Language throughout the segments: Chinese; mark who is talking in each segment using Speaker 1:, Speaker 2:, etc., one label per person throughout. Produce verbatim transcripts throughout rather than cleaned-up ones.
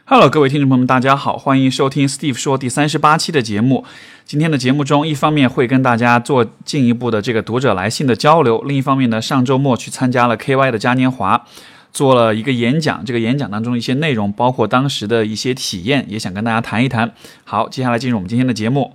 Speaker 1: Hello， 各位听众朋友们，大家好，欢迎收听 Steve 说第三十八期的节目。今天的节目中，一方面会跟大家做进一步的这个读者来信的交流，另一方面呢，上周末去参加了 K Y 的嘉年华，做了一个演讲。这个演讲当中的一些内容，包括当时的一些体验，也想跟大家谈一谈。好，接下来进入我们今天的节目。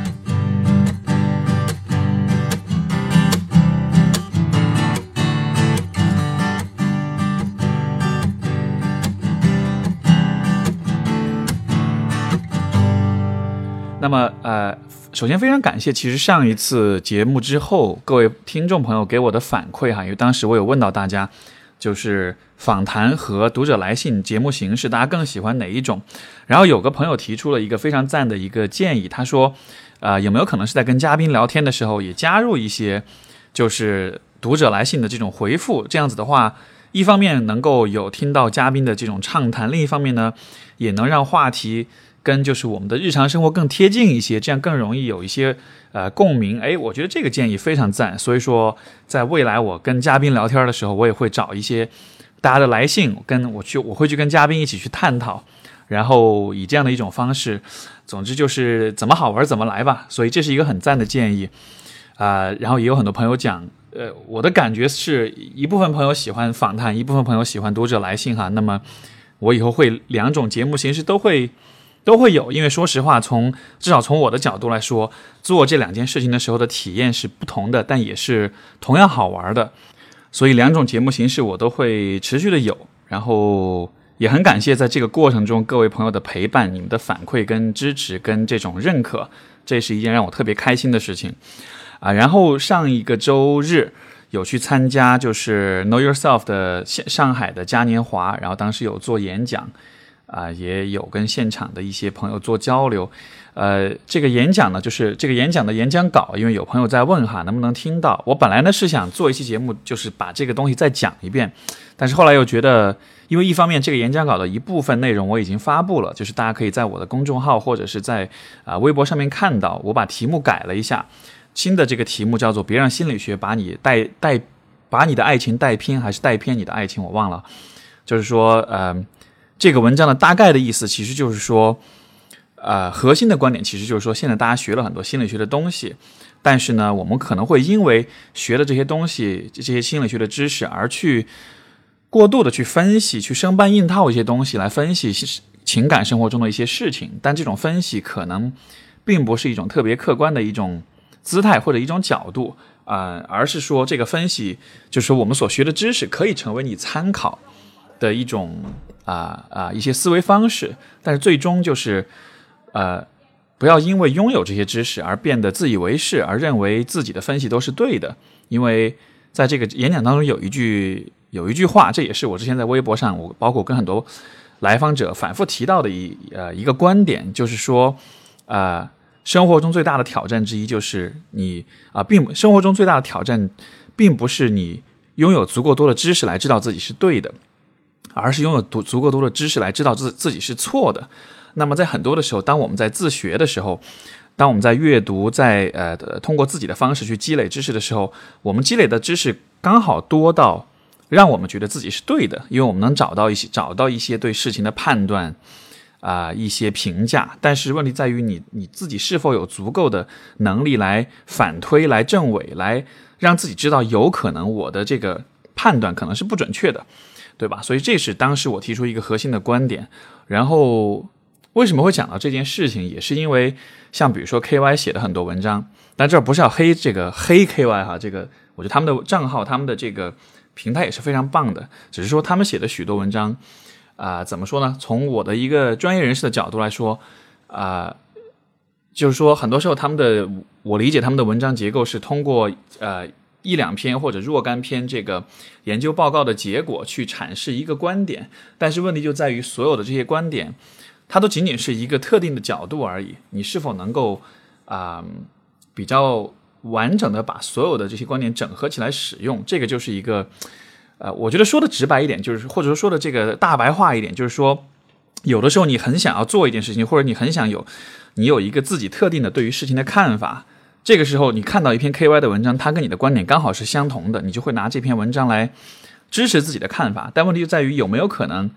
Speaker 1: 那么呃，首先非常感谢，其实上一次节目之后，各位听众朋友给我的反馈哈，因为当时我有问到大家，就是访谈和读者来信节目形式，大家更喜欢哪一种？然后有个朋友提出了一个非常赞的一个建议，他说，呃，有没有可能是在跟嘉宾聊天的时候也加入一些就是读者来信的这种回复？这样子的话，一方面能够有听到嘉宾的这种畅谈，另一方面呢，也能让话题跟就是我们的日常生活更贴近一些，这样更容易有一些呃共鸣。哎，我觉得这个建议非常赞。所以说，在未来我跟嘉宾聊天的时候，我也会找一些大家的来信，跟我去，我会去跟嘉宾一起去探讨，然后以这样的一种方式，总之就是怎么好玩怎么来吧。所以这是一个很赞的建议啊、呃。然后也有很多朋友讲，呃，我的感觉是一部分朋友喜欢访谈，一部分朋友喜欢读者来信哈。那么我以后会两种节目形式都会。都会有，因为说实话，从至少从我的角度来说，做这两件事情的时候的体验是不同的，但也是同样好玩的。所以两种节目形式我都会持续的有，然后也很感谢在这个过程中各位朋友的陪伴、你们的反馈跟支持跟这种认可，这是一件让我特别开心的事情啊。然后上一个周日有去参加就是 Know Yourself 的上海的嘉年华，然后当时有做演讲。啊、呃，也有跟现场的一些朋友做交流，呃，这个演讲呢，就是这个演讲的演讲稿，因为有朋友在问哈，能不能听到？我本来呢是想做一期节目，就是把这个东西再讲一遍，但是后来又觉得，因为一方面这个演讲稿的一部分内容我已经发布了，就是大家可以在我的公众号或者是在啊、呃、微博上面看到，我把题目改了一下，新的这个题目叫做"别让心理学把你带带把你的爱情带偏，还是带偏你的爱情"，我忘了，就是说，呃。这个文章的大概的意思其实就是说，呃，核心的观点其实就是说，现在大家学了很多心理学的东西，但是呢，我们可能会因为学了这些东西、这些心理学的知识，而去过度的去分析、去生搬硬套一些东西来分析情感生活中的一些事情，但这种分析可能并不是一种特别客观的一种姿态或者一种角度啊、呃，而是说这个分析就是说我们所学的知识可以成为你参考的一种。啊啊，一些思维方式，但是最终就是，呃，不要因为拥有这些知识而变得自以为是，而认为自己的分析都是对的。因为在这个演讲当中有一句有一句话，这也是我之前在微博上，我包括跟很多来访者反复提到的一呃一个观点，就是说，呃，生活中最大的挑战之一就是你啊、呃，并生活中最大的挑战，并不是你拥有足够多的知识来知道自己是对的。而是拥有足足够多的知识来知道自自己是错的。那么在很多的时候，当我们在自学的时候，当我们在阅读，在呃通过自己的方式去积累知识的时候，我们积累的知识刚好多到让我们觉得自己是对的，因为我们能找到一些找到一些对事情的判断啊、呃，一些评价。但是问题在于你你自己是否有足够的能力来反推、来证伪，来让自己知道有可能我的这个判断可能是不准确的。对吧？所以这是当时我提出一个核心的观点。然后为什么会讲到这件事情，也是因为像比如说 K Y 写的很多文章，但这不是要黑这个黑 K Y 哈，这个我觉得他们的账号、他们的这个平台也是非常棒的，只是说他们写的许多文章啊、呃，怎么说呢？从我的一个专业人士的角度来说啊、呃，就是说很多时候他们的我理解他们的文章结构是通过呃。一两篇或者若干篇这个研究报告的结果去阐释一个观点，但是问题就在于所有的这些观点它都仅仅是一个特定的角度而已，你是否能够啊、呃、比较完整的把所有的这些观点整合起来使用，这个就是一个呃我觉得说的直白一点，就是或者说说的这个大白话一点，就是说有的时候你很想要做一件事情，或者你很想有你有一个自己特定的对于事情的看法，这个时候你看到一篇 K Y 的文章，它跟你的观点刚好是相同的，你就会拿这篇文章来支持自己的看法。但问题就在于有没有可能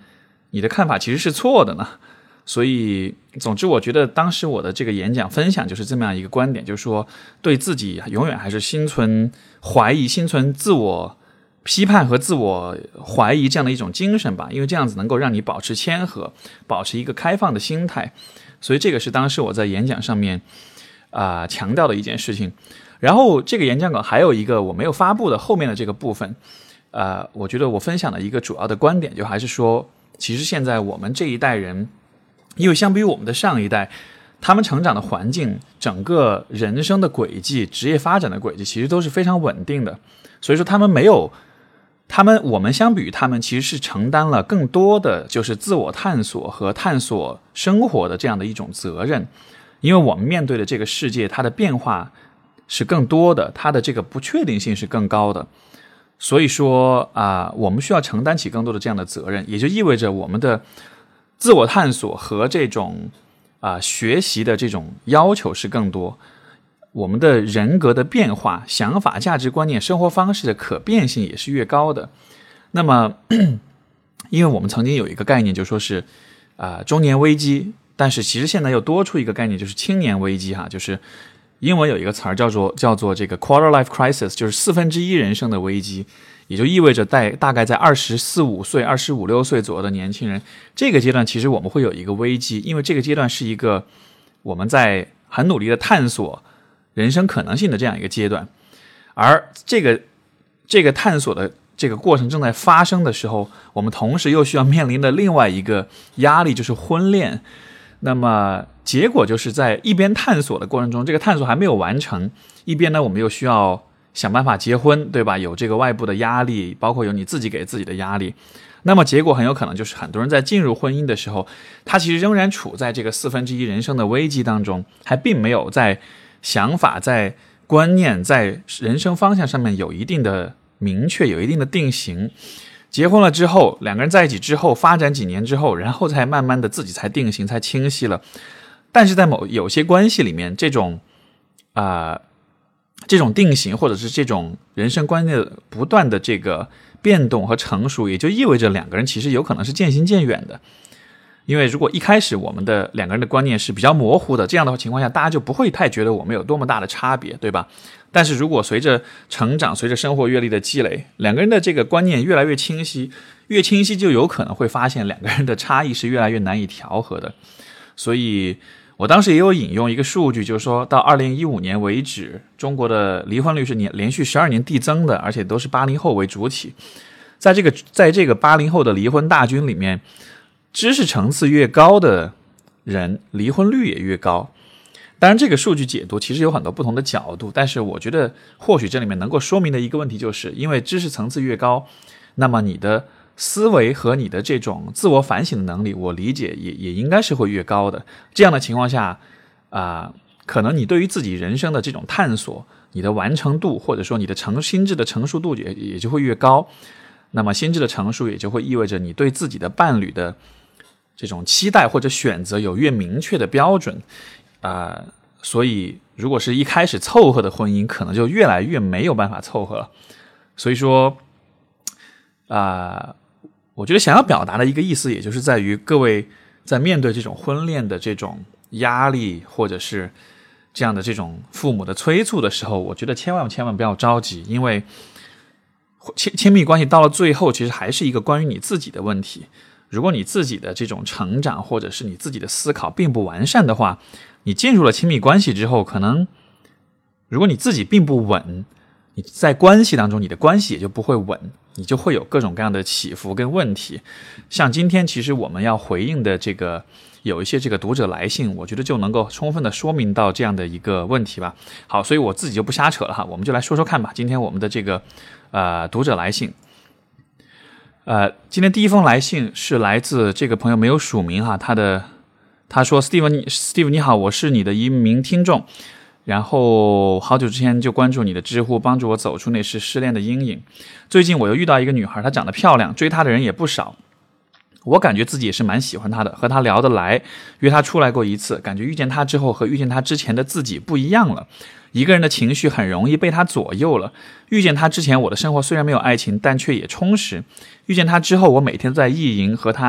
Speaker 1: 你的看法其实是错的呢？所以总之我觉得当时我的这个演讲分享就是这么样一个观点，就是说对自己永远还是心存怀疑，心存自我批判和自我怀疑这样的一种精神吧，因为这样子能够让你保持谦和，保持一个开放的心态。所以这个是当时我在演讲上面啊、呃、强调的一件事情。然后这个演讲稿还有一个我没有发布的后面的这个部分，呃，我觉得我分享的一个主要的观点就还是说，其实现在我们这一代人，因为相比于我们的上一代，他们成长的环境，整个人生的轨迹，职业发展的轨迹其实都是非常稳定的，所以说他们没有他们我们相比于他们其实是承担了更多的就是自我探索和探索生活的这样的一种责任。因为我们面对的这个世界，它的变化是更多的，它的这个不确定性是更高的，所以说啊、呃，我们需要承担起更多的这样的责任，也就意味着我们的自我探索和这种啊、呃、学习的这种要求是更多，我们的人格的变化、想法、价值观念、生活方式的可变性也是越高的。那么，因为我们曾经有一个概念，就说是啊、呃、中年危机，但是其实现在又多出一个概念，就是青年危机哈，就是英文有一个词儿叫做叫做这个 quarter life crisis， 就是四分之一人生的危机，也就意味着在大概在二十四五岁、二十五六岁左右的年轻人，这个阶段其实我们会有一个危机，因为这个阶段是一个我们在很努力的探索人生可能性的这样一个阶段，而这个这个探索的这个过程正在发生的时候，我们同时又需要面临的另外一个压力就是婚恋。那么结果就是在一边探索的过程中，这个探索还没有完成，一边呢我们又需要想办法结婚，对吧？有这个外部的压力，包括有你自己给自己的压力。那么结果很有可能就是很多人在进入婚姻的时候，他其实仍然处在这个四分之一人生的危机当中，还并没有在想法、在观念、在人生方向上面有一定的明确，有一定的定型。结婚了之后，两个人在一起之后，发展几年之后，然后才慢慢的自己才定型，才清晰了。但是在某有些关系里面，这种啊、呃、这种定型，或者是这种人生观念的不断的这个变动和成熟，也就意味着两个人其实有可能是渐行渐远的。因为如果一开始我们的两个人的观念是比较模糊的，这样的情况下，大家就不会太觉得我们有多么大的差别，对吧？但是如果随着成长，随着生活阅历的积累，两个人的这个观念越来越清晰，越清晰就有可能会发现两个人的差异是越来越难以调和的。所以我当时也有引用一个数据，就是说到二零一五年为止，中国的离婚率是年连续十二年递增的，而且都是八零后为主体。在这个在这个八零后的离婚大军里面，知识层次越高的人，离婚率也越高。当然这个数据解读其实有很多不同的角度，但是我觉得或许这里面能够说明的一个问题，就是因为知识层次越高，那么你的思维和你的这种自我反省的能力，我理解也也应该是会越高的。这样的情况下啊、呃，可能你对于自己人生的这种探索，你的完成度或者说你的成心智的成熟度也也就会越高。那么心智的成熟也就会意味着你对自己的伴侣的这种期待或者选择有越明确的标准啊、呃，所以如果是一开始凑合的婚姻，可能就越来越没有办法凑合了。所以说啊、呃，我觉得想要表达的一个意思，也就是在于各位在面对这种婚恋的这种压力，或者是这样的这种父母的催促的时候，我觉得千万千万不要着急，因为亲亲密关系到了最后，其实还是一个关于你自己的问题。如果你自己的这种成长或者是你自己的思考并不完善的话，你进入了亲密关系之后，可能如果你自己并不稳，你在关系当中你的关系也就不会稳，你就会有各种各样的起伏跟问题。像今天其实我们要回应的这个有一些这个读者来信，我觉得就能够充分的说明到这样的一个问题吧。好，所以我自己就不瞎扯了哈，我们就来说说看吧。今天我们的这个呃读者来信，呃，今天第一封来信是来自这个朋友没有署名哈，他的他说 Steve Steve 你好，我是你的一名听众，然后好久之前就关注你的知乎，帮助我走出那是失恋的阴影。最近我又遇到一个女孩，她长得漂亮，追她的人也不少，我感觉自己也是蛮喜欢她的，和她聊得来，约她出来过一次，感觉遇见她之后和遇见她之前的自己不一样了。一个人的情绪很容易被他左右了。遇见他之前，我的生活虽然没有爱情，但却也充实。遇见他之后，我每天都在意淫和他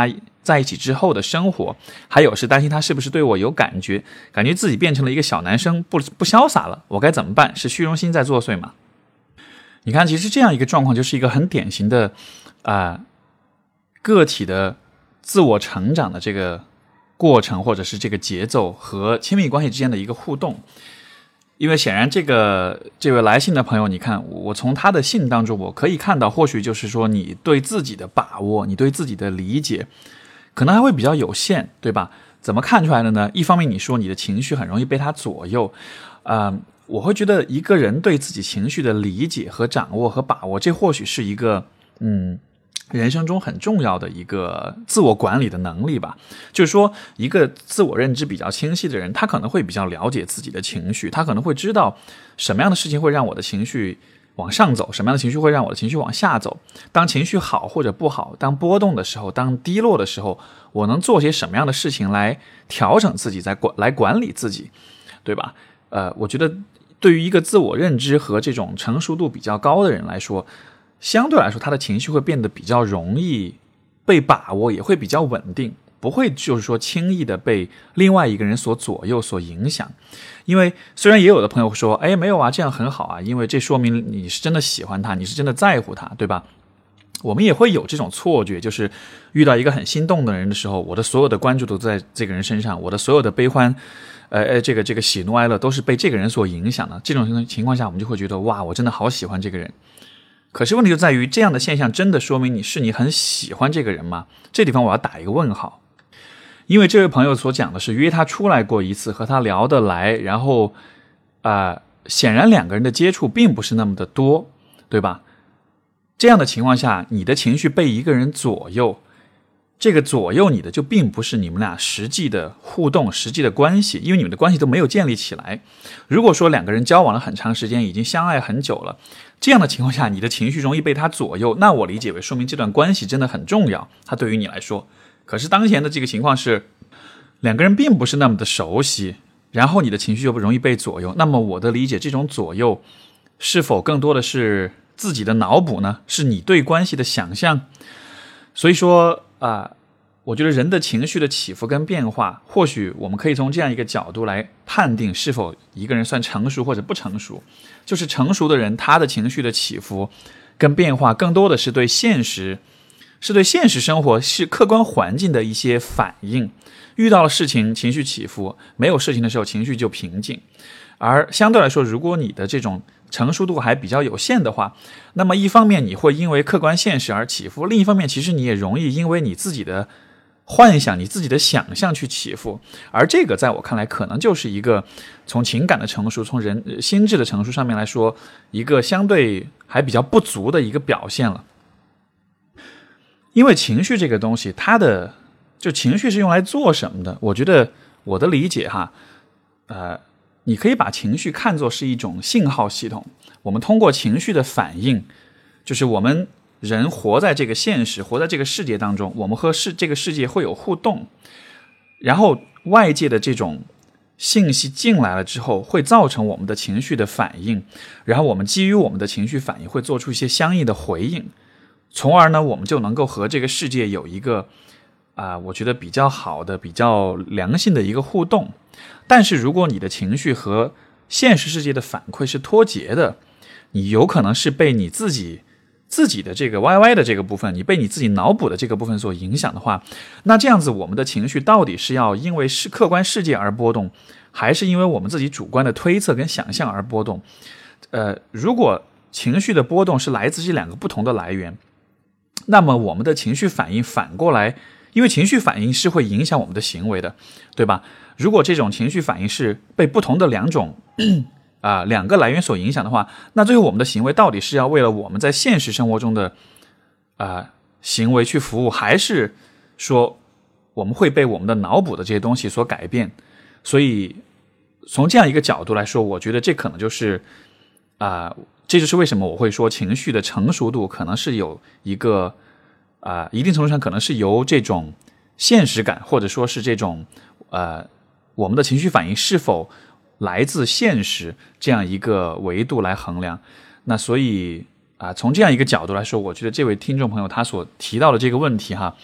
Speaker 1: 在一起之后的生活，还有是担心他是不是对我有感觉，感觉自己变成了一个小男生，不不潇洒了，我该怎么办？是虚荣心在作祟吗？你看，其实这样一个状况就是一个很典型的啊、呃、个体的自我成长的这个过程，或者是这个节奏和亲密关系之间的一个互动。因为显然这个这位来信的朋友，你看我从他的信当中我可以看到，或许就是说你对自己的把握，你对自己的理解可能还会比较有限，对吧？怎么看出来的呢？一方面你说你的情绪很容易被他左右，呃，我会觉得一个人对自己情绪的理解和掌握和把握，这或许是一个嗯人生中很重要的一个自我管理的能力吧。就是说一个自我认知比较清晰的人，他可能会比较了解自己的情绪，他可能会知道什么样的事情会让我的情绪往上走，什么样的情绪会让我的情绪往下走，当情绪好或者不好，当波动的时候，当低落的时候，我能做些什么样的事情来调整自己，来管来管理自己，对吧？呃，我觉得对于一个自我认知和这种成熟度比较高的人来说，相对来说他的情绪会变得比较容易被把握，也会比较稳定，不会就是说轻易的被另外一个人所左右所影响。因为虽然也有的朋友说，哎，没有啊，这样很好啊，因为这说明你是真的喜欢他，你是真的在乎他，对吧？我们也会有这种错觉，就是遇到一个很心动的人的时候，我的所有的关注都在这个人身上，我的所有的悲欢呃呃，这个这个喜怒哀乐都是被这个人所影响的。这种情况下我们就会觉得，哇，我真的好喜欢这个人。可是问题就在于，这样的现象真的说明你是你很喜欢这个人吗？这地方我要打一个问号。因为这位朋友所讲的是约他出来过一次，和他聊得来，然后啊、呃，显然两个人的接触并不是那么的多，对吧？这样的情况下，你的情绪被一个人左右，这个左右你的就并不是你们俩实际的互动，实际的关系，因为你们的关系都没有建立起来。如果说两个人交往了很长时间，已经相爱很久了，这样的情况下，你的情绪容易被他左右，那我理解为说明这段关系真的很重要，它对于你来说。可是当前的这个情况是，两个人并不是那么的熟悉，然后你的情绪就不容易被左右。那么我的理解，这种左右是否更多的是自己的脑补呢？是你对关系的想象？所以说啊、呃，我觉得人的情绪的起伏跟变化，或许我们可以从这样一个角度来判定是否一个人算成熟或者不成熟。就是成熟的人，他的情绪的起伏跟变化更多的是对现实是对现实生活，是客观环境的一些反应。遇到了事情情绪起伏，没有事情的时候情绪就平静。而相对来说，如果你的这种成熟度还比较有限的话，那么一方面你会因为客观现实而起伏，另一方面其实你也容易因为你自己的幻想，你自己的想象去起伏。而这个在我看来可能就是一个从情感的成熟，从人心智的成熟上面来说，一个相对还比较不足的一个表现了。因为情绪这个东西，它的就情绪是用来做什么的？我觉得我的理解哈，呃，你可以把情绪看作是一种信号系统。我们通过情绪的反应，就是我们人活在这个现实，活在这个世界当中，我们和世这个世界会有互动，然后外界的这种信息进来了之后，会造成我们的情绪的反应，然后我们基于我们的情绪反应，会做出一些相应的回应。从而呢，我们就能够和这个世界有一个啊、呃，我觉得比较好的、比较良性的一个互动。但是如果你的情绪和现实世界的反馈是脱节的，你有可能是被你自己自己的这个 Y Y 的这个部分，你被你自己脑补的这个部分所影响的话，那这样子我们的情绪到底是要因为是客观世界而波动，还是因为我们自己主观的推测跟想象而波动？呃，如果情绪的波动是来自这两个不同的来源，那么我们的情绪反应反过来，因为情绪反应是会影响我们的行为的，对吧？如果这种情绪反应是被不同的两种啊、呃、两个来源所影响的话，那最后我们的行为到底是要为了我们在现实生活中的啊、呃、行为去服务，还是说我们会被我们的脑补的这些东西所改变？所以从这样一个角度来说，我觉得这可能就是啊。呃这就是为什么我会说情绪的成熟度可能是有一个啊、呃，一定程度上可能是由这种现实感，或者说是这种呃我们的情绪反应是否来自现实这样一个维度来衡量。那所以啊、呃，从这样一个角度来说，我觉得这位听众朋友他所提到的这个问题哈，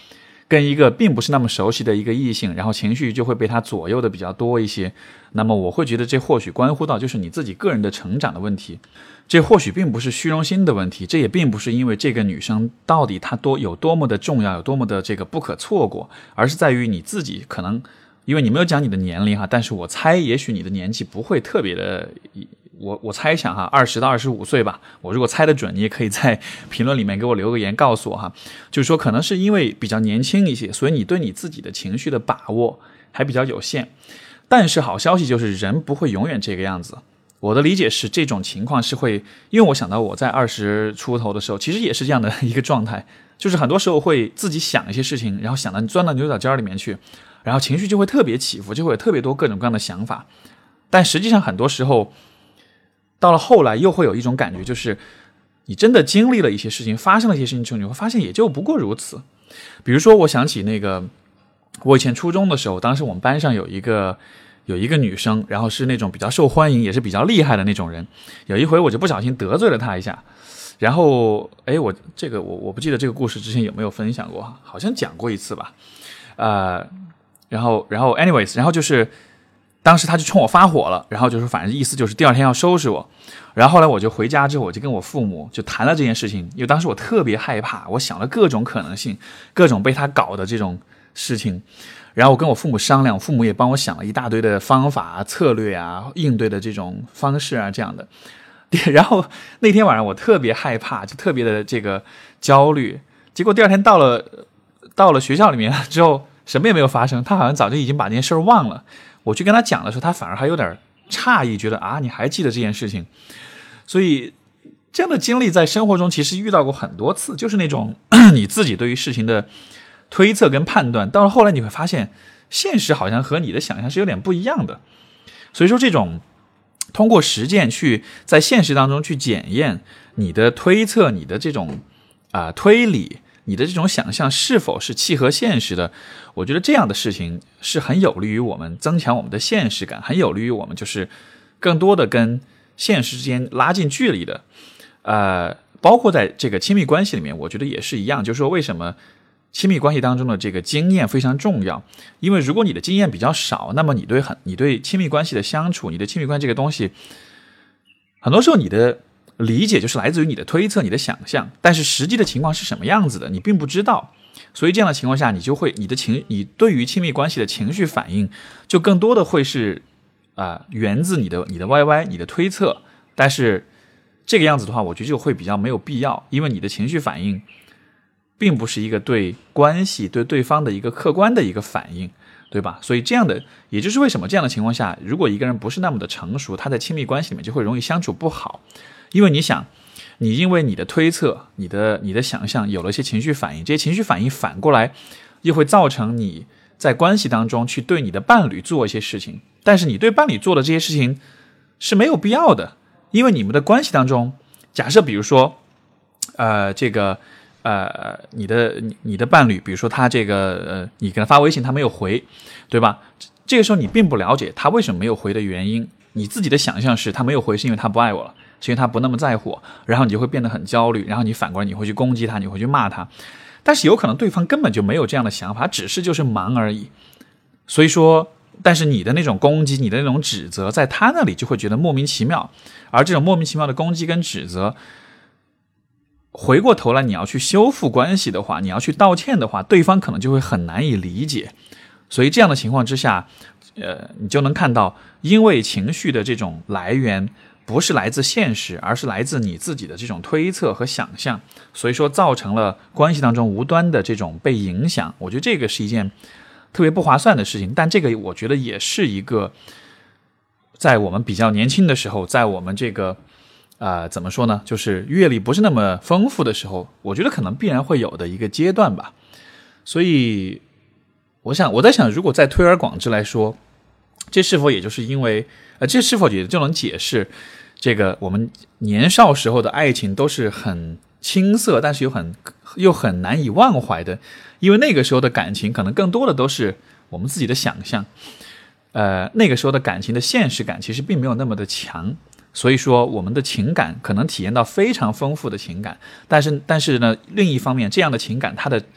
Speaker 1: 跟一个并不是那么熟悉的一个异性，然后情绪就会被他左右的比较多一些。那么我会觉得这或许关乎到就是你自己个人的成长的问题，这或许并不是虚荣心的问题，这也并不是因为这个女生到底她多有多么的重要，有多么的这个不可错过，而是在于你自己可能，因为你没有讲你的年龄哈，但是我猜也许你的年纪不会特别的，我我猜想哈，二十到二十五岁吧。我如果猜得准，你也可以在评论里面给我留个言告诉我哈。就是说，可能是因为比较年轻一些，所以你对你自己的情绪的把握还比较有限。但是好消息就是人不会永远这个样子。我的理解是这种情况是会，因为我想到我在二十出头的时候，其实也是这样的一个状态，就是很多时候会自己想一些事情，然后想到钻到牛角尖里面去，然后情绪就会特别起伏，就会有特别多各种各样的想法。但实际上很多时候到了后来又会有一种感觉，就是你真的经历了一些事情，发生了一些事情之后，你会发现也就不过如此。比如说我想起那个我以前初中的时候，当时我们班上有一个有一个女生，然后是那种比较受欢迎也是比较厉害的那种人。有一回我就不小心得罪了她一下，然后哎，我这个我我不记得这个故事之前有没有分享过，好像讲过一次吧。呃然后然后 anyways 然后就是当时他就冲我发火了，然后就是反正意思就是第二天要收拾我。然后后来我就回家之后，我就跟我父母就谈了这件事情，因为当时我特别害怕，我想了各种可能性，各种被他搞的这种事情。然后我跟我父母商量，我父母也帮我想了一大堆的方法啊、策略啊、应对的这种方式啊这样的。然后那天晚上我特别害怕，就特别的这个焦虑。结果第二天到了到了学校里面之后，什么也没有发生，他好像早就已经把这件事忘了。我去跟他讲的时候，他反而还有点诧异，觉得啊，你还记得这件事情。所以这样的经历在生活中其实遇到过很多次，就是那种你自己对于事情的推测跟判断，到了后来你会发现现实好像和你的想象是有点不一样的。所以说这种通过实践去在现实当中去检验你的推测，你的这种啊、呃、推理，你的这种想象是否是契合现实的，我觉得这样的事情是很有利于我们增强我们的现实感，很有利于我们就是更多的跟现实之间拉近距离的。呃，包括在这个亲密关系里面，我觉得也是一样，就是说为什么亲密关系当中的这个经验非常重要。因为如果你的经验比较少，那么你对很你对亲密关系的相处，你对亲密关系这个东西，很多时候你的理解就是来自于你的推测，你的想象，但是实际的情况是什么样子的你并不知道。所以这样的情况下，你就会你的情你对于亲密关系的情绪反应就更多的会是啊、呃、源自你的你的 Y Y 你的推测。但是这个样子的话，我觉得就会比较没有必要，因为你的情绪反应并不是一个对关系对对方的一个客观的一个反应，对吧？所以这样的也就是为什么这样的情况下，如果一个人不是那么的成熟，他在亲密关系里面就会容易相处不好。因为你想，你因为你的推测，你的你的想象有了一些情绪反应，这些情绪反应反过来又会造成你在关系当中去对你的伴侣做一些事情，但是你对伴侣做的这些事情是没有必要的。因为你们的关系当中，假设比如说呃这个呃你的你你的伴侣，比如说他这个呃你给他发微信他没有回，对吧？这个时候你并不了解他为什么没有回的原因，你自己的想象是他没有回是因为他不爱我了，是因为他不那么在乎我，然后你就会变得很焦虑，然后你反过来你会去攻击他，你会去骂他。但是有可能对方根本就没有这样的想法，只是就是忙而已。所以说但是你的那种攻击，你的那种指责，在他那里就会觉得莫名其妙。而这种莫名其妙的攻击跟指责，回过头来你要去修复关系的话，你要去道歉的话，对方可能就会很难以理解。所以这样的情况之下，呃，你就能看到，因为情绪的这种来源不是来自现实，而是来自你自己的这种推测和想象，所以说造成了关系当中无端的这种被影响。我觉得这个是一件特别不划算的事情，但这个我觉得也是一个在我们比较年轻的时候，在我们这个呃怎么说呢，就是阅历不是那么丰富的时候，我觉得可能必然会有的一个阶段吧。所以我想我在想，如果再推而广之来说，这是否也就是因为呃这是否也就能解释这个我们年少时候的爱情都是很青涩，但是又很又很难以忘怀的，因为那个时候的感情可能更多的都是我们自己的想象，呃，那个时候的感情的现实感其实并没有那么的强，所以说我们的情感可能体验到非常丰富的情感，但是但是呢，另一方面这样的情感它的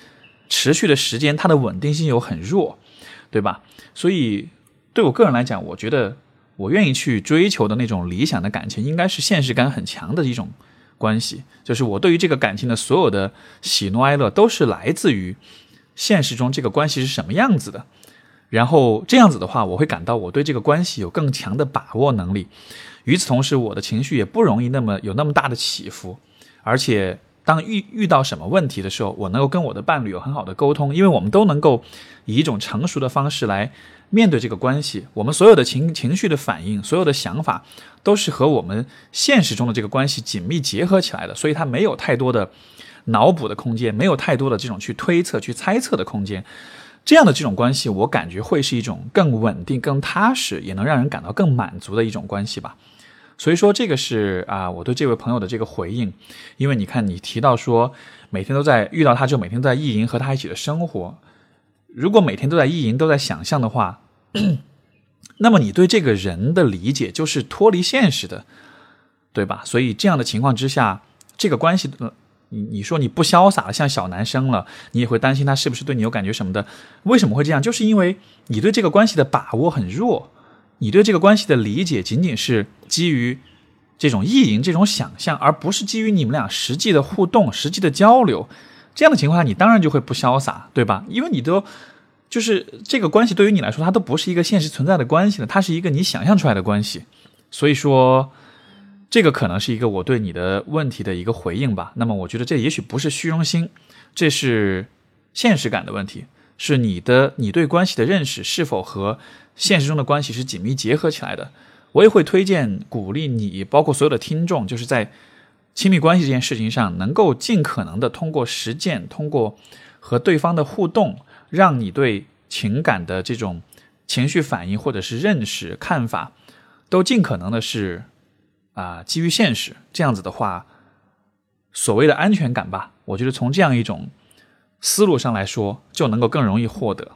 Speaker 1: 持续的时间它的稳定性又很弱，对吧？所以对我个人来讲，我觉得我愿意去追求的那种理想的感情应该是现实感很强的一种关系，就是我对于这个感情的所有的喜怒哀乐都是来自于现实中这个关系是什么样子的，然后这样子的话我会感到我对这个关系有更强的把握能力，与此同时我的情绪也不容易那么有那么大的起伏，而且当遇遇到什么问题的时候，我能够跟我的伴侣有很好的沟通，因为我们都能够以一种成熟的方式来面对这个关系，我们所有的情情绪的反应，所有的想法都是和我们现实中的这个关系紧密结合起来的，所以它没有太多的脑补的空间，没有太多的这种去推测去猜测的空间。这样的这种关系我感觉会是一种更稳定更踏实，也能让人感到更满足的一种关系吧。所以说这个是啊，我对这位朋友的这个回应。因为你看你提到说每天都在遇到他之后每天都在意淫和他一起的生活，如果每天都在意淫都在想象的话，那么你对这个人的理解就是脱离现实的，对吧？所以这样的情况之下，这个关系你你说你不潇洒了像小男生了，你也会担心他是不是对你有感觉什么的。为什么会这样？就是因为你对这个关系的把握很弱，你对这个关系的理解仅仅是基于这种意淫这种想象，而不是基于你们俩实际的互动实际的交流。这样的情况下你当然就会不潇洒，对吧？因为你都就是这个关系对于你来说它都不是一个现实存在的关系了，它是一个你想象出来的关系。所以说这个可能是一个我对你的问题的一个回应吧。那么我觉得这也许不是虚荣心，这是现实感的问题，是你的你对关系的认识是否和现实中的关系是紧密结合起来的。我也会推荐鼓励你包括所有的听众，就是在亲密关系这件事情上能够尽可能的通过实践，通过和对方的互动，让你对情感的这种情绪反应或者是认识看法都尽可能的是啊、呃，基于现实。这样子的话所谓的安全感吧，我觉得从这样一种思路上来说就能够更容易获得。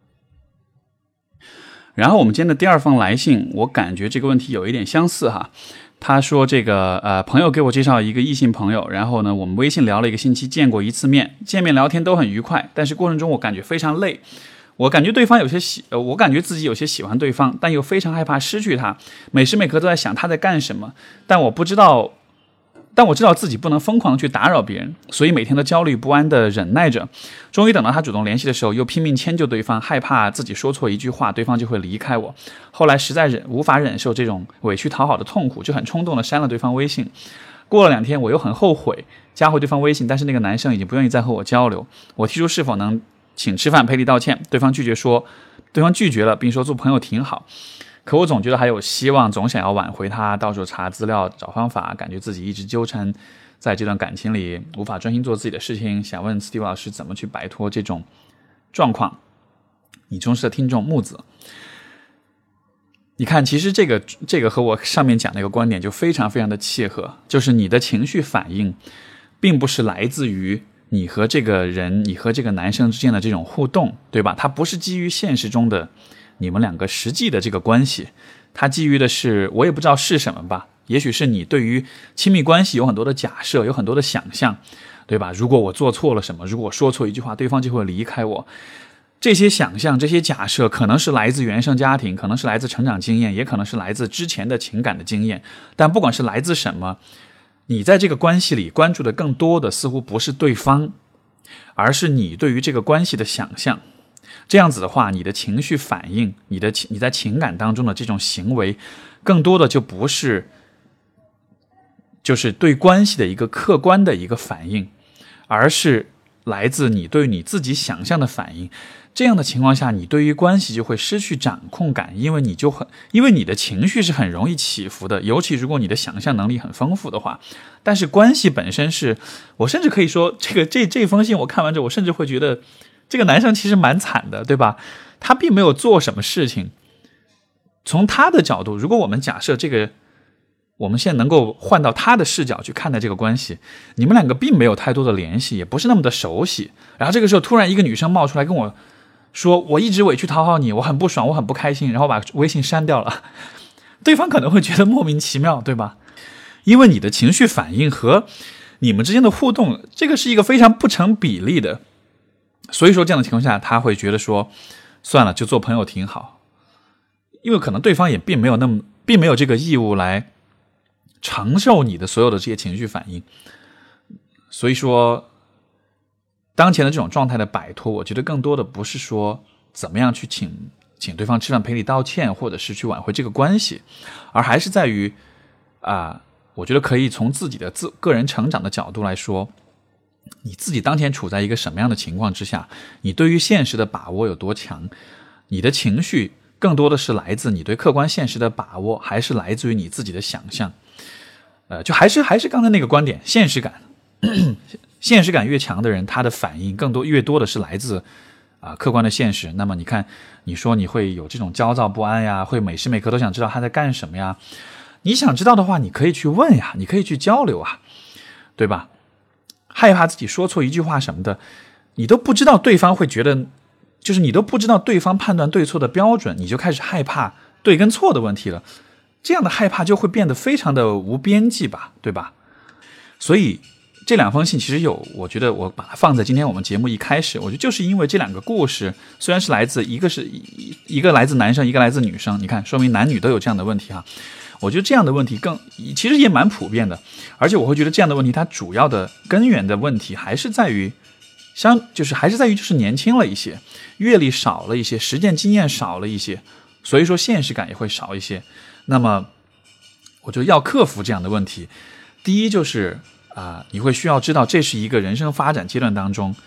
Speaker 1: 然后我们今天的第二封来信，我感觉这个问题有一点相似哈。他说这个呃，朋友给我介绍一个异性朋友，然后呢我们微信聊了一个星期，见过一次面，见面聊天都很愉快，但是过程中我感觉非常累，我感觉对方有些喜呃，我感觉自己有些喜欢对方，但又非常害怕失去他，每时每刻都在想他在干什么，但我不知道但我知道自己不能疯狂去打扰别人，所以每天都焦虑不安地忍耐着。终于等到他主动联系的时候，又拼命迁就对方，害怕自己说错一句话对方就会离开我。后来实在忍无法忍受这种委屈讨好的痛苦，就很冲动地删了对方微信。过了两天我又很后悔加回对方微信，但是那个男生已经不愿意再和我交流。我提出是否能请吃饭赔礼道歉，对方拒绝说对方拒绝了，并说做朋友挺好。可我总觉得还有希望，总想要挽回他，到处查资料找方法，感觉自己一直纠缠在这段感情里，无法专心做自己的事情。想问 Steve 老师怎么去摆脱这种状况。你忠实的听众木子，你看其实这个这个和我上面讲的一个观点就非常非常的契合，就是你的情绪反应并不是来自于你和这个人你和这个男生之间的这种互动，对吧？它不是基于现实中的你们两个实际的这个关系，它基于的是我也不知道是什么吧，也许是你对于亲密关系有很多的假设，有很多的想象，对吧？如果我做错了什么，如果我说错一句话对方就会离开我，这些想象这些假设可能是来自原生家庭，可能是来自成长经验，也可能是来自之前的情感的经验，但不管是来自什么，你在这个关系里关注的更多的似乎不是对方，而是你对于这个关系的想象。这样子的话，你的情绪反应，你的你在情感当中的这种行为，更多的就不是就是对关系的一个客观的一个反应，而是来自你对你自己想象的反应。这样的情况下，你对于关系就会失去掌控感，因为你就很因为你的情绪是很容易起伏的，尤其如果你的想象能力很丰富的话。但是关系本身是，我甚至可以说，这个这这封信我看完之后，我甚至会觉得这个男生其实蛮惨的，对吧？他并没有做什么事情。从他的角度，如果我们假设这个，我们现在能够换到他的视角去看待这个关系，你们两个并没有太多的联系，也不是那么的熟悉。然后这个时候突然一个女生冒出来跟我说，我一直委屈讨好你，我很不爽，我很不开心，然后把微信删掉了。对方可能会觉得莫名其妙，对吧？因为你的情绪反应和你们之间的互动，这个是一个非常不成比例的。 所以说这样的情况下，他会觉得说算了，就做朋友挺好，因为可能对方也并没有那么并没有这个义务来承受你的所有的这些情绪反应。所以说当前的这种状态的摆脱，我觉得更多的不是说怎么样去请请对方吃饭赔礼道歉，或者是去挽回这个关系，而还是在于啊、呃，我觉得可以从自己的自个人成长的角度来说，你自己当前处在一个什么样的情况之下，你对于现实的把握有多强，你的情绪更多的是来自你对客观现实的把握，还是来自于你自己的想象。呃，就还是还是刚才那个观点，现实感现实感越强的人，他的反应更多越多的是来自啊、呃、客观的现实。那么你看，你说你会有这种焦躁不安呀，会每时每刻都想知道他在干什么呀，你想知道的话，你可以去问呀，你可以去交流啊，对吧？害怕自己说错一句话什么的，你都不知道对方会觉得，就是你都不知道对方判断对错的标准，你就开始害怕对跟错的问题了，这样的害怕就会变得非常的无边际吧，对吧？所以这两封信其实有，我觉得我把它放在今天我们节目一开始，我觉得就是因为这两个故事虽然是来自一个是一个来自男生，一个来自女生，你看说明男女都有这样的问题哈。我觉得这样的问题更其实也蛮普遍的，而且我会觉得这样的问题它主要的根源的问题还是在于相就是还是在于就是年轻了一些，阅历少了一些，实践经验少了一些，所以说现实感也会少一些。那么我觉得要克服这样的问题，第一就是啊、呃，你会需要知道这是一个人生发展阶段当中，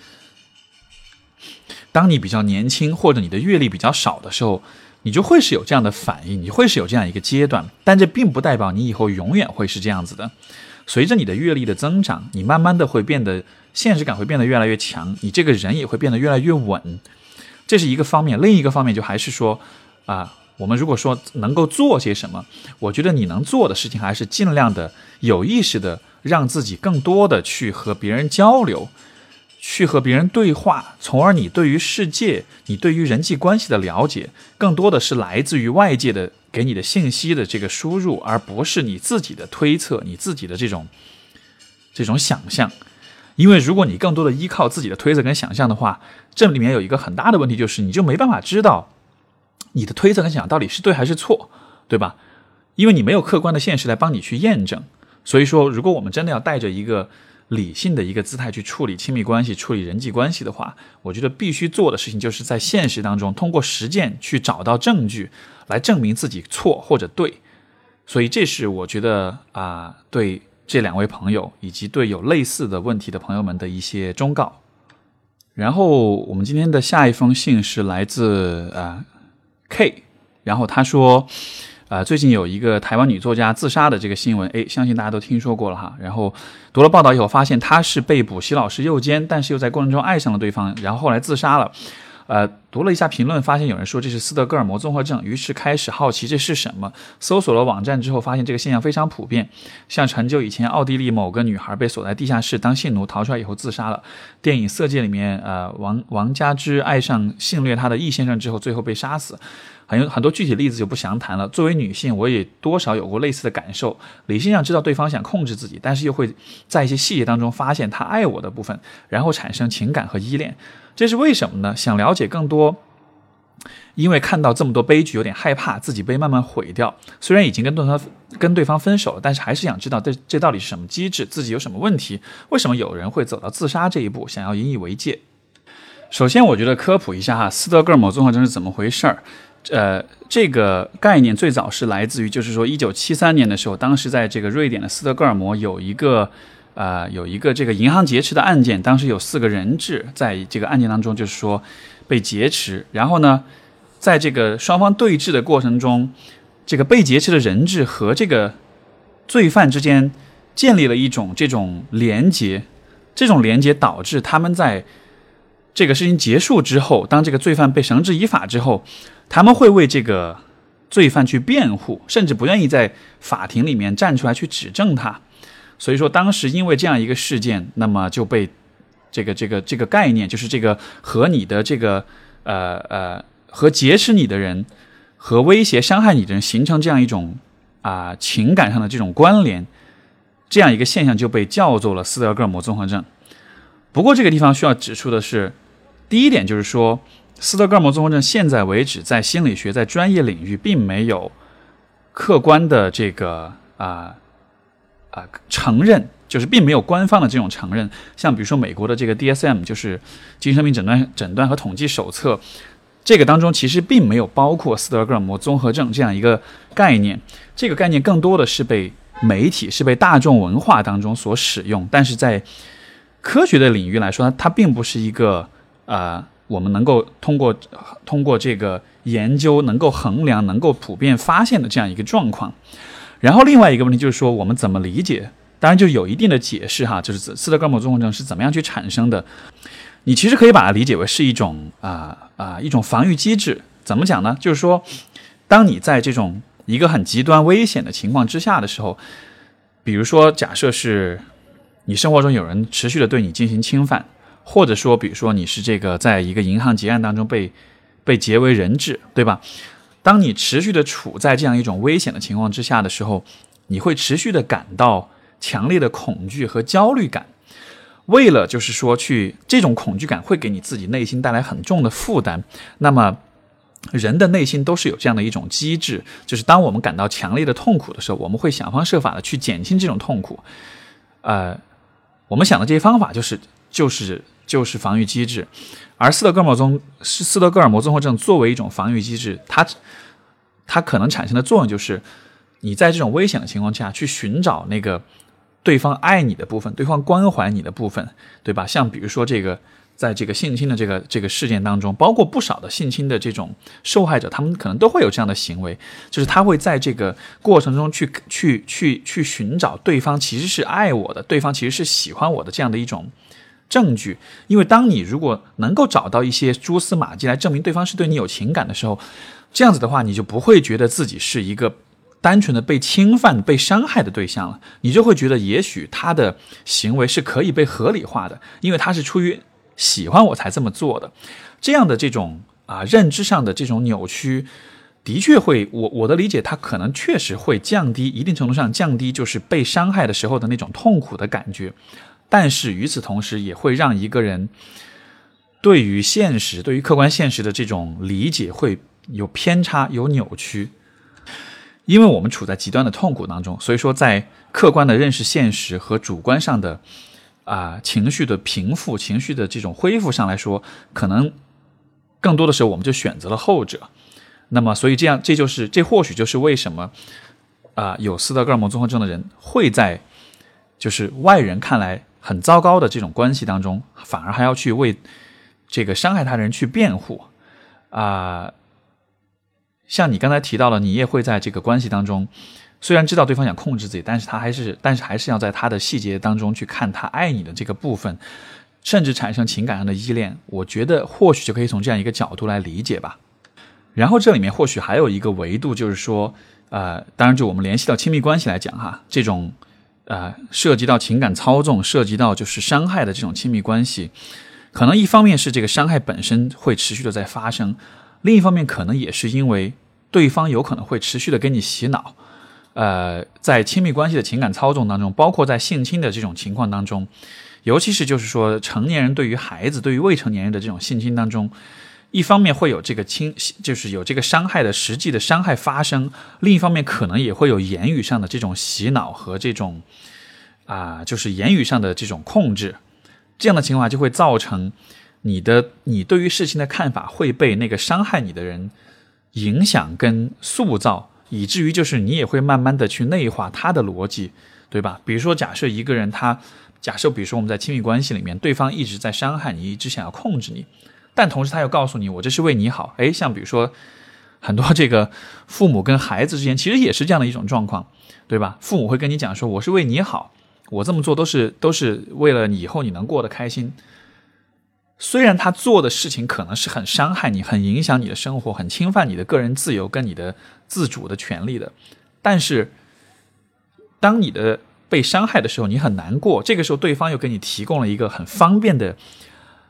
Speaker 1: 当你比较年轻或者你的阅历比较少的时候，你就会是有这样的反应，你会是有这样一个阶段，但这并不代表你以后永远会是这样子的。随着你的阅历的增长，你慢慢的会变得现实感会变得越来越强，你这个人也会变得越来越稳，这是一个方面。另一个方面就还是说啊、呃，我们如果说能够做些什么，我觉得你能做的事情还是尽量的有意识的让自己更多的去和别人交流，去和别人对话，从而你对于世界，你对于人际关系的了解，更多的是来自于外界的给你的信息的这个输入，而不是你自己的推测，你自己的这种这种想象。因为如果你更多的依靠自己的推测跟想象的话，这里面有一个很大的问题，就是你就没办法知道你的推测跟想象到底是对还是错，对吧？因为你没有客观的现实来帮你去验证。所以说如果我们真的要带着一个理性的一个姿态去处理亲密关系，处理人际关系的话，我觉得必须做的事情就是在现实当中通过实践去找到证据来证明自己错或者对。所以这是我觉得啊、呃，对这两位朋友以及对有类似的问题的朋友们的一些忠告。然后我们今天的下一封信是来自啊、呃、K， 然后他说呃，最近有一个台湾女作家自杀的这个新闻，诶，相信大家都听说过了哈。然后读了报道以后，发现她是被补习老师诱奸，但是又在过程中爱上了对方，然后后来自杀了。呃，读了一下评论，发现有人说这是斯德哥尔摩综合症，于是开始好奇这是什么。搜索了网站之后，发现这个现象非常普遍，像很久以前奥地利某个女孩被锁在地下室当性奴，逃出来以后自杀了。电影《色戒》里面，呃，王王佳芝爱上性虐她的易先生之后，最后被杀死。很有很多具体例子就不详谈了。作为女性，我也多少有过类似的感受。理性上知道对方想控制自己，但是又会在一些细节当中发现他爱我的部分，然后产生情感和依恋。这是为什么呢？想了解更多，因为看到这么多悲剧，有点害怕自己被慢慢毁掉。虽然已经跟对方跟对方分手了，但是还是想知道这这到底是什么机制，自己有什么问题，为什么有人会走到自杀这一步，想要引以为戒。首先，我觉得科普一下哈，斯德哥尔摩综合症是怎么回事儿。呃，这个概念最早是来自于，就是说一九七三年的时候，当时在这个瑞典的斯德哥尔摩有一个呃有一个这个银行劫持的案件，当时有四个人质在这个案件当中，就是说被劫持，然后呢，在这个双方对峙的过程中，这个被劫持的人质和这个罪犯之间建立了一种这种连结，这种连结导致他们在这个事情结束之后，当这个罪犯被绳之以法之后，他们会为这个罪犯去辩护，甚至不愿意在法庭里面站出来去指证他。所以说当时因为这样一个事件，那么就被这个这个这个概念，就是这个和你的这个呃呃和劫持你的人和威胁伤害你的人形成这样一种啊、呃、情感上的这种关联，这样一个现象就被叫做了斯德哥尔摩综合症。不过这个地方需要指出的是， 第一点就是说，斯德哥尔摩综合症现在为止在心理学在专业领域并没有客观的这个啊啊、呃、承认，就是并没有官方的这种承认。像比如说美国的这个 D S M， 就是精神病诊断诊断和统计手册，这个当中其实并没有包括斯德哥尔摩综合症这样一个概念。这个概念更多的是被媒体、是被大众文化当中所使用，但是在科学的领域来说，它并不是一个呃，我们能够通过通过这个研究能够衡量、能够普遍发现的这样一个状况。然后另外一个问题就是说，我们怎么理解？当然就有一定的解释哈，就是斯德哥尔摩综合症是怎么样去产生的。你其实可以把它理解为是一种啊啊、呃呃、一种防御机制。怎么讲呢？就是说，当你在这种一个很极端危险的情况之下的时候，比如说假设是你生活中有人持续的对你进行侵犯，或者说比如说你是这个在一个银行劫案当中被被劫为人质，对吧？当你持续的处在这样一种危险的情况之下的时候，你会持续的感到强烈的恐惧和焦虑感。为了就是说去这种恐惧感会给你自己内心带来很重的负担。那么人的内心都是有这样的一种机制，就是当我们感到强烈的痛苦的时候，我们会想方设法的去减轻这种痛苦。呃，我们想的这些方法就是就是就是防御机制。而斯德哥尔摩综斯德哥尔摩综合症作为一种防御机制，它它可能产生的作用就是你在这种危险的情况下去寻找那个对方爱你的部分，对方关怀你的部分，对吧？像比如说这个在这个性侵的这个这个事件当中，包括不少的性侵的这种受害者，他们可能都会有这样的行为，就是他会在这个过程中去去去去寻找对方其实是爱我的，对方其实是喜欢我的这样的一种证据。因为当你如果能够找到一些蛛丝马迹来证明对方是对你有情感的时候，这样子的话，你就不会觉得自己是一个单纯的被侵犯、被伤害的对象了，你就会觉得也许他的行为是可以被合理化的，因为他是出于喜欢我才这么做的。这样的这种啊认知上的这种扭曲，的确会，我我的理解，它可能确实会降低，一定程度上降低就是被伤害的时候的那种痛苦的感觉。但是与此同时，也会让一个人对于现实、对于客观现实的这种理解会有偏差、有扭曲。因为我们处在极端的痛苦当中，所以说在客观的认识现实和主观上的啊、呃、情绪的平复、情绪的这种恢复上来说，可能更多的时候我们就选择了后者。那么，所以这样，这就是这或许就是为什么啊、呃、有斯德哥尔摩综合症的人会在就是外人看来很糟糕的这种关系当中，反而还要去为这个伤害他的人去辩护啊。呃像你刚才提到了，你也会在这个关系当中，虽然知道对方想控制自己，但是他还是，但是还是要在他的细节当中去看他爱你的这个部分，甚至产生情感上的依恋。我觉得或许就可以从这样一个角度来理解吧。然后这里面或许还有一个维度，就是说，呃，当然就我们联系到亲密关系来讲哈，这种呃涉及到情感操纵、涉及到就是伤害的这种亲密关系，可能一方面是这个伤害本身会持续的在发生。另一方面可能也是因为对方有可能会持续的给你洗脑，呃，在亲密关系的情感操纵当中，包括在性侵的这种情况当中，尤其是就是说成年人对于孩子、对于未成年人的这种性侵当中，一方面会有这个侵，就是有这个伤害的实际的伤害发生，另一方面可能也会有言语上的这种洗脑和这种啊、呃，就是言语上的这种控制，这样的情况就会造成你的你对于事情的看法会被那个伤害你的人影响跟塑造，以至于就是你也会慢慢的去内化他的逻辑，对吧？比如说假设一个人他假设比如说我们在亲密关系里面，对方一直在伤害你，一直想要控制你，但同时他又告诉你我这是为你好。诶，像比如说很多这个父母跟孩子之间其实也是这样的一种状况，对吧？父母会跟你讲说我是为你好，我这么做都是都是为了你以后你能过得开心。虽然他做的事情可能是很伤害你、很影响你的生活、很侵犯你的个人自由跟你的自主的权利的，但是当你的被伤害的时候，你很难过，这个时候对方又给你提供了一个很方便的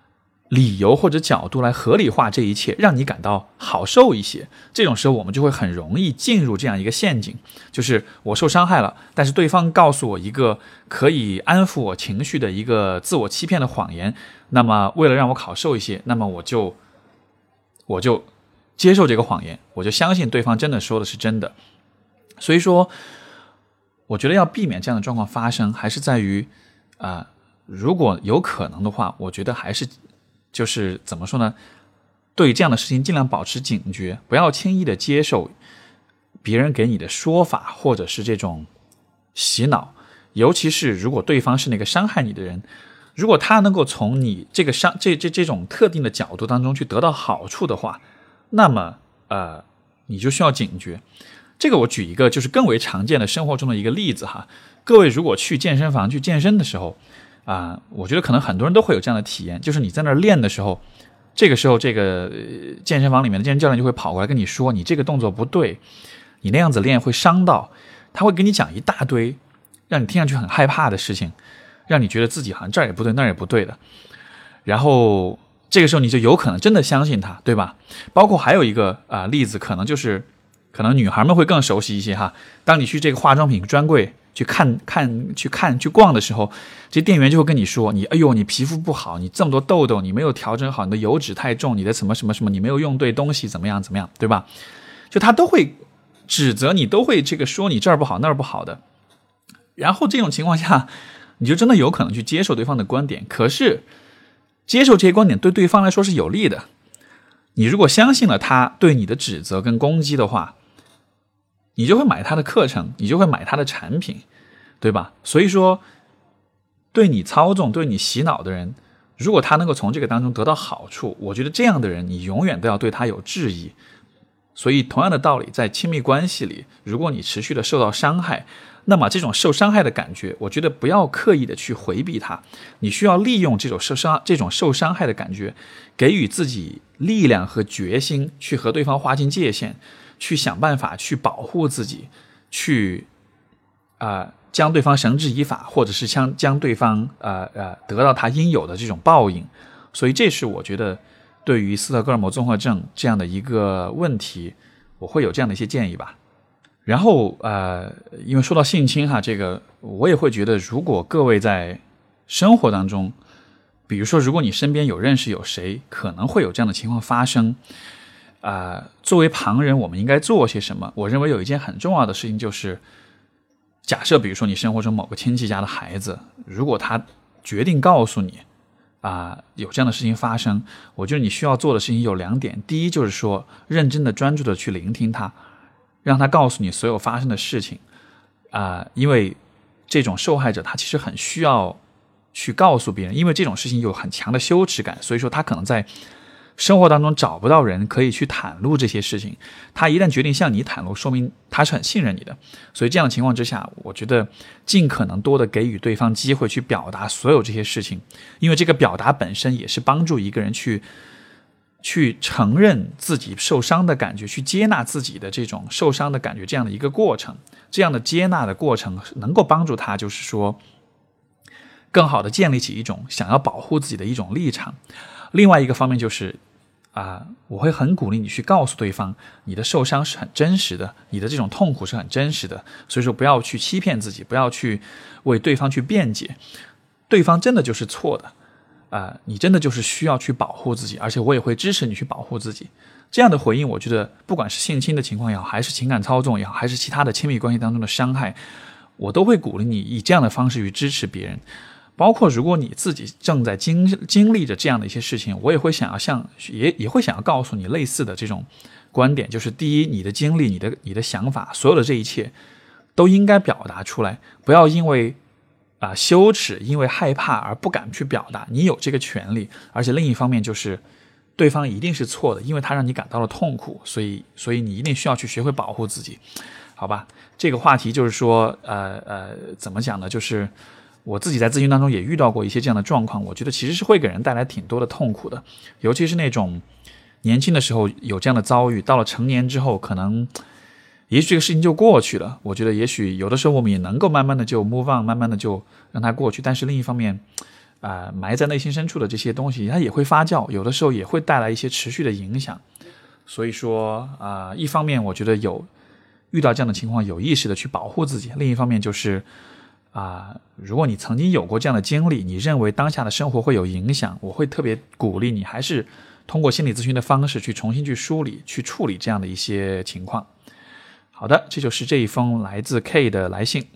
Speaker 1: 理由或者角度来合理化这一切，让你感到好受一些。这种时候我们就会很容易进入这样一个陷阱，就是我受伤害了，但是对方告诉我一个可以安抚我情绪的一个自我欺骗的谎言，那么为了让我好受一些，那么我就我就接受这个谎言，我就相信对方真的说的是真的。所以说我觉得要避免这样的状况发生，还是在于啊、呃，如果有可能的话，我觉得还是就是怎么说呢？对于这样的事情，尽量保持警觉，不要轻易的接受别人给你的说法，或者是这种洗脑。尤其是如果对方是那个伤害你的人，如果他能够从你这个伤这这这种特定的角度当中去得到好处的话，那么呃，你就需要警觉。这个我举一个就是更为常见的生活中的一个例子哈。各位如果去健身房去健身的时候，啊，我觉得可能很多人都会有这样的体验，就是你在那儿练的时候，这个时候这个健身房里面的健身教练就会跑过来跟你说，你这个动作不对，你那样子练会伤到，他会给你讲一大堆让你听上去很害怕的事情，让你觉得自己好像这儿也不对那儿也不对的，然后这个时候你就有可能真的相信他，对吧？包括还有一个啊、呃、例子，可能就是可能女孩们会更熟悉一些哈，当你去这个化妆品专柜去看看去看去逛的时候，这店员就会跟你说，你哎呦你皮肤不好，你这么多痘痘，你没有调整好，你的油脂太重，你的什么什么什么，你没有用对东西，怎么样怎么样，对吧？就他都会指责你，都会这个说你这儿不好那儿不好的。然后这种情况下，你就真的有可能去接受对方的观点，可是接受这些观点对对方来说是有利的。你如果相信了他对你的指责跟攻击的话，你就会买他的课程，你就会买他的产品，对吧？所以说对你操纵对你洗脑的人，如果他能够从这个当中得到好处，我觉得这样的人你永远都要对他有质疑。所以同样的道理，在亲密关系里，如果你持续的受到伤害，那么这种受伤害的感觉，我觉得不要刻意的去回避它，你需要利用这种受伤这种受伤害的感觉，给予自己力量和决心，去和对方划清界限，去想办法去保护自己，去啊、呃、将对方绳之以法，或者是将将对方呃呃得到他应有的这种报应。所以这是我觉得对于斯德哥尔摩综合症这样的一个问题，我会有这样的一些建议吧。然后呃，因为说到性侵哈，这个我也会觉得，如果各位在生活当中，比如说如果你身边有认识有谁可能会有这样的情况发生，啊、呃，作为旁人我们应该做些什么？我认为有一件很重要的事情就是，假设比如说你生活中某个亲戚家的孩子，如果他决定告诉你啊、呃、有这样的事情发生，我觉得你需要做的事情有两点。第一就是说，认真的专注的去聆听他，让他告诉你所有发生的事情啊、呃，因为这种受害者他其实很需要去告诉别人，因为这种事情有很强的羞耻感，所以说他可能在生活当中找不到人可以去袒露这些事情，他一旦决定向你袒露，说明他是很信任你的。所以这样的情况之下，我觉得尽可能多的给予对方机会去表达所有这些事情，因为这个表达本身也是帮助一个人去去承认自己受伤的感觉，去接纳自己的这种受伤的感觉，这样的一个过程。这样的接纳的过程能够帮助他，就是说更好的建立起一种想要保护自己的一种立场。另外一个方面就是啊、呃，我会很鼓励你去告诉对方，你的受伤是很真实的，你的这种痛苦是很真实的，所以说不要去欺骗自己，不要去为对方去辩解，对方真的就是错的啊、呃，你真的就是需要去保护自己，而且我也会支持你去保护自己。这样的回应，我觉得不管是性侵的情况也好，还是情感操纵也好，还是其他的亲密关系当中的伤害，我都会鼓励你以这样的方式去支持别人。包括如果你自己正在经经历着这样的一些事情，我也会想要像也也会想要告诉你类似的这种观点，就是第一，你的经历、你的你的想法，所有的这一切都应该表达出来，不要因为啊、呃、羞耻、因为害怕而不敢去表达，你有这个权利。而且另一方面就是对方一定是错的，因为他让你感到了痛苦，所以所以你一定需要去学会保护自己，好吧？这个话题就是说呃呃怎么讲呢？就是我自己在咨询当中也遇到过一些这样的状况，我觉得其实是会给人带来挺多的痛苦的，尤其是那种年轻的时候有这样的遭遇，到了成年之后，可能也许这个事情就过去了。我觉得也许有的时候我们也能够慢慢的就 move on， 慢慢的就让它过去。但是另一方面， 啊、呃、埋在内心深处的这些东西，它也会发酵，有的时候也会带来一些持续的影响。所以说啊、呃，一方面我觉得有遇到这样的情况，有意识的去保护自己；另一方面就是啊、呃，如果你曾经有过这样的经历，你认为当下的生活会有影响，我会特别鼓励你，还是通过心理咨询的方式去重新去梳理、去处理这样的一些情况。好的，这就是这一封来自 K 的来信。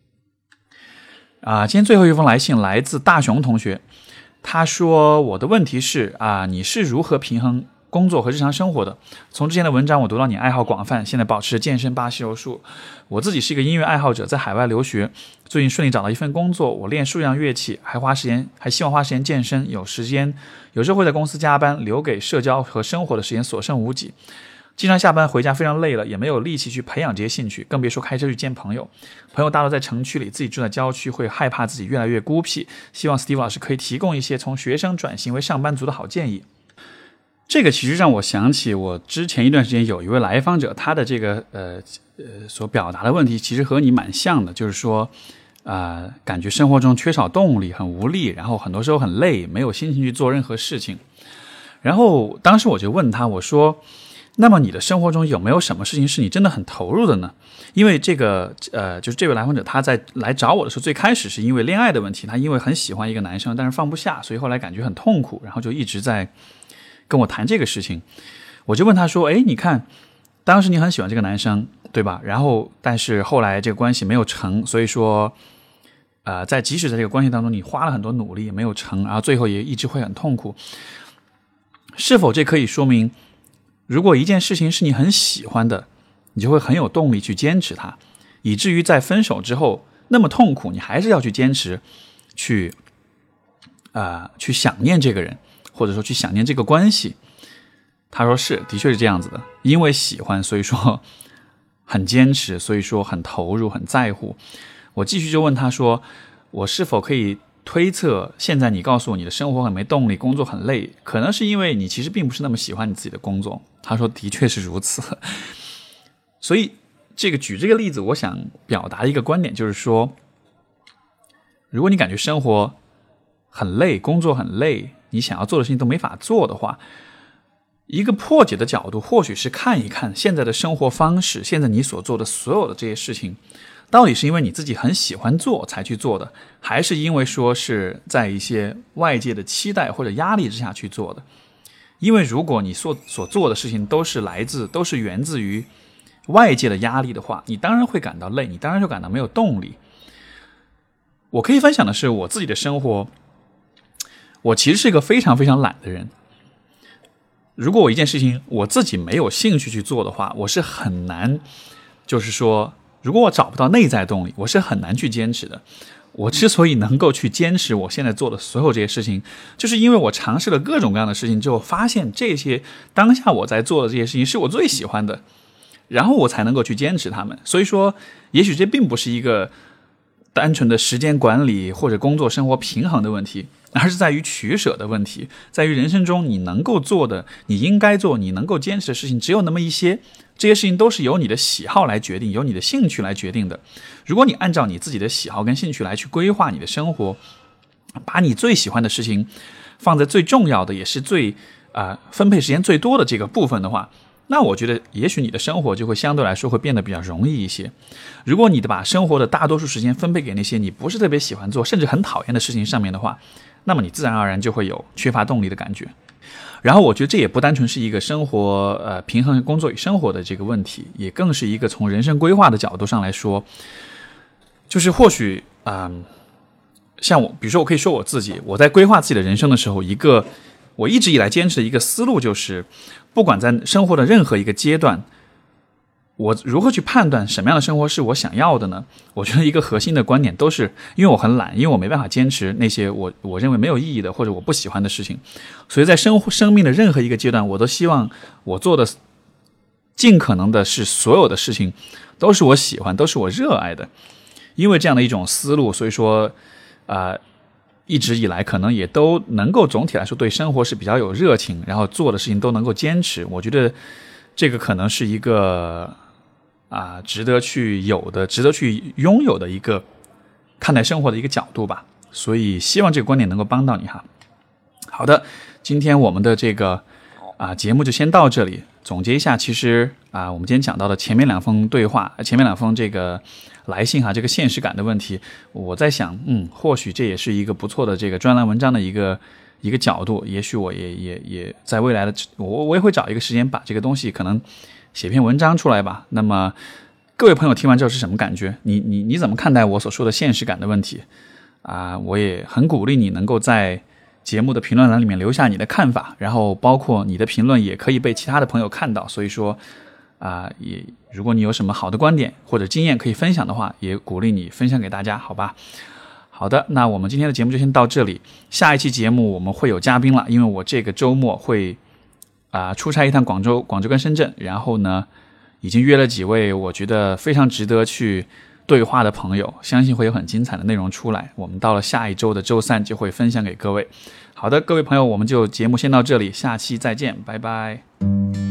Speaker 1: 啊、呃，今天最后一封来信来自大熊同学，他说我的问题是啊、呃，你是如何平衡工作和日常生活的？从之前的文章我读到你爱好广泛，现在保持健身、巴西柔术。我自己是一个音乐爱好者，在海外留学，最近顺利找到一份工作，我练数样乐器，还花时间，还希望花时间健身，有时间有时候会在公司加班，留给社交和生活的时间所剩无几。经常下班回家非常累了，也没有力气去培养这些兴趣，更别说开车去见朋友。朋友大多在城区里，自己住在郊区，会害怕自己越来越孤僻。希望 Steve 老师可以提供一些从学生转型为上班族的好建议。这个其实让我想起我之前一段时间有一位来访者，他的这个呃呃所表达的问题其实和你蛮像的，就是说啊、呃，感觉生活中缺少动力，很无力，然后很多时候很累，没有心情去做任何事情。然后当时我就问他，我说那么你的生活中有没有什么事情是你真的很投入的呢？因为这个呃，就是这位来访者他在来找我的时候，最开始是因为恋爱的问题，他因为很喜欢一个男生，但是放不下，所以后来感觉很痛苦，然后就一直在跟我谈这个事情。我就问他说，诶，你看当时你很喜欢这个男生对吧，然后但是后来这个关系没有成，所以说呃，在即使在这个关系当中你花了很多努力也没有成，然后最后也一直会很痛苦，是否这可以说明如果一件事情是你很喜欢的，你就会很有动力去坚持它，以至于在分手之后那么痛苦，你还是要去坚持去呃，去想念这个人，或者说去想念这个关系。他说是，的确是这样子的，因为喜欢所以说很坚持，所以说很投入，很在乎。我继续就问他说，我是否可以推测现在你告诉我你的生活很没动力，工作很累，可能是因为你其实并不是那么喜欢你自己的工作。他说的确是如此。所以这个举这个例子，我想表达一个观点，就是说如果你感觉生活很累，工作很累，你想要做的事情都没法做的话，一个破解的角度或许是看一看现在的生活方式，现在你所做的所有的这些事情到底是因为你自己很喜欢做才去做的，还是因为说是在一些外界的期待或者压力之下去做的。因为如果你所所做的事情都是来自都是源自于外界的压力的话，你当然会感到累，你当然就感到没有动力。我可以分享的是我自己的生活，我其实是一个非常非常懒的人。如果我一件事情我自己没有兴趣去做的话，我是很难，就是说如果我找不到内在动力，我是很难去坚持的。我之所以能够去坚持我现在做的所有这些事情，就是因为我尝试了各种各样的事情之后，发现这些当下我在做的这些事情是我最喜欢的，然后我才能够去坚持它们。所以说也许这并不是一个单纯的时间管理或者工作生活平衡的问题，而是在于取舍的问题，在于人生中你能够做的，你应该做，你能够坚持的事情只有那么一些，这些事情都是由你的喜好来决定，由你的兴趣来决定的。如果你按照你自己的喜好跟兴趣来去规划你的生活，把你最喜欢的事情放在最重要的也是最、呃、分配时间最多的这个部分的话，那我觉得也许你的生活就会相对来说会变得比较容易一些。如果你的把生活的大多数时间分配给那些你不是特别喜欢做甚至很讨厌的事情上面的话，那么你自然而然就会有缺乏动力的感觉。然后我觉得这也不单纯是一个生活呃平衡工作与生活的这个问题，也更是一个从人生规划的角度上来说，就是或许啊、呃，像我比如说我可以说我自己，我在规划自己的人生的时候，一个我一直以来坚持的一个思路就是，不管在生活的任何一个阶段，我如何去判断什么样的生活是我想要的呢？我觉得一个核心的观点都是，因为我很懒，因为我没办法坚持那些我我认为没有意义的或者我不喜欢的事情，所以在生活生命的任何一个阶段，我都希望我做的尽可能的是所有的事情都是我喜欢，都是我热爱的。因为这样的一种思路，所以说呃一直以来可能也都能够总体来说对生活是比较有热情，然后做的事情都能够坚持。我觉得这个可能是一个啊、值得去有的值得去拥有的一个看待生活的一个角度吧。 所以希望这个观点能够帮到你哈。好的，今天我们的这个啊节目就先到这里。总结一下，其实啊我们今天讲到的前面两封对话，前面两封这个来信哈，这个现实感的问题，我在想，嗯，或许这也是一个不错的这个专栏文章的一个一个角度。也许我也也也在未来的我我也会找一个时间把这个东西可能写篇文章出来吧。那么各位朋友听完之后是什么感觉？你你你怎么看待我所说的现实感的问题啊？我也很鼓励你能够在节目的评论栏里面留下你的看法，然后包括你的评论也可以被其他的朋友看到。所以说啊、呃，也如果你有什么好的观点或者经验可以分享的话，也鼓励你分享给大家，好吧？好的，那我们今天的节目就先到这里。下一期节目我们会有嘉宾了，因为我这个周末会啊、呃、出差一趟广州，广州跟深圳，然后呢已经约了几位我觉得非常值得去对话的朋友，相信会有很精彩的内容出来。我们到了下一周的周三就会分享给各位。好的，各位朋友，我们就节目先到这里，下期再见，拜拜。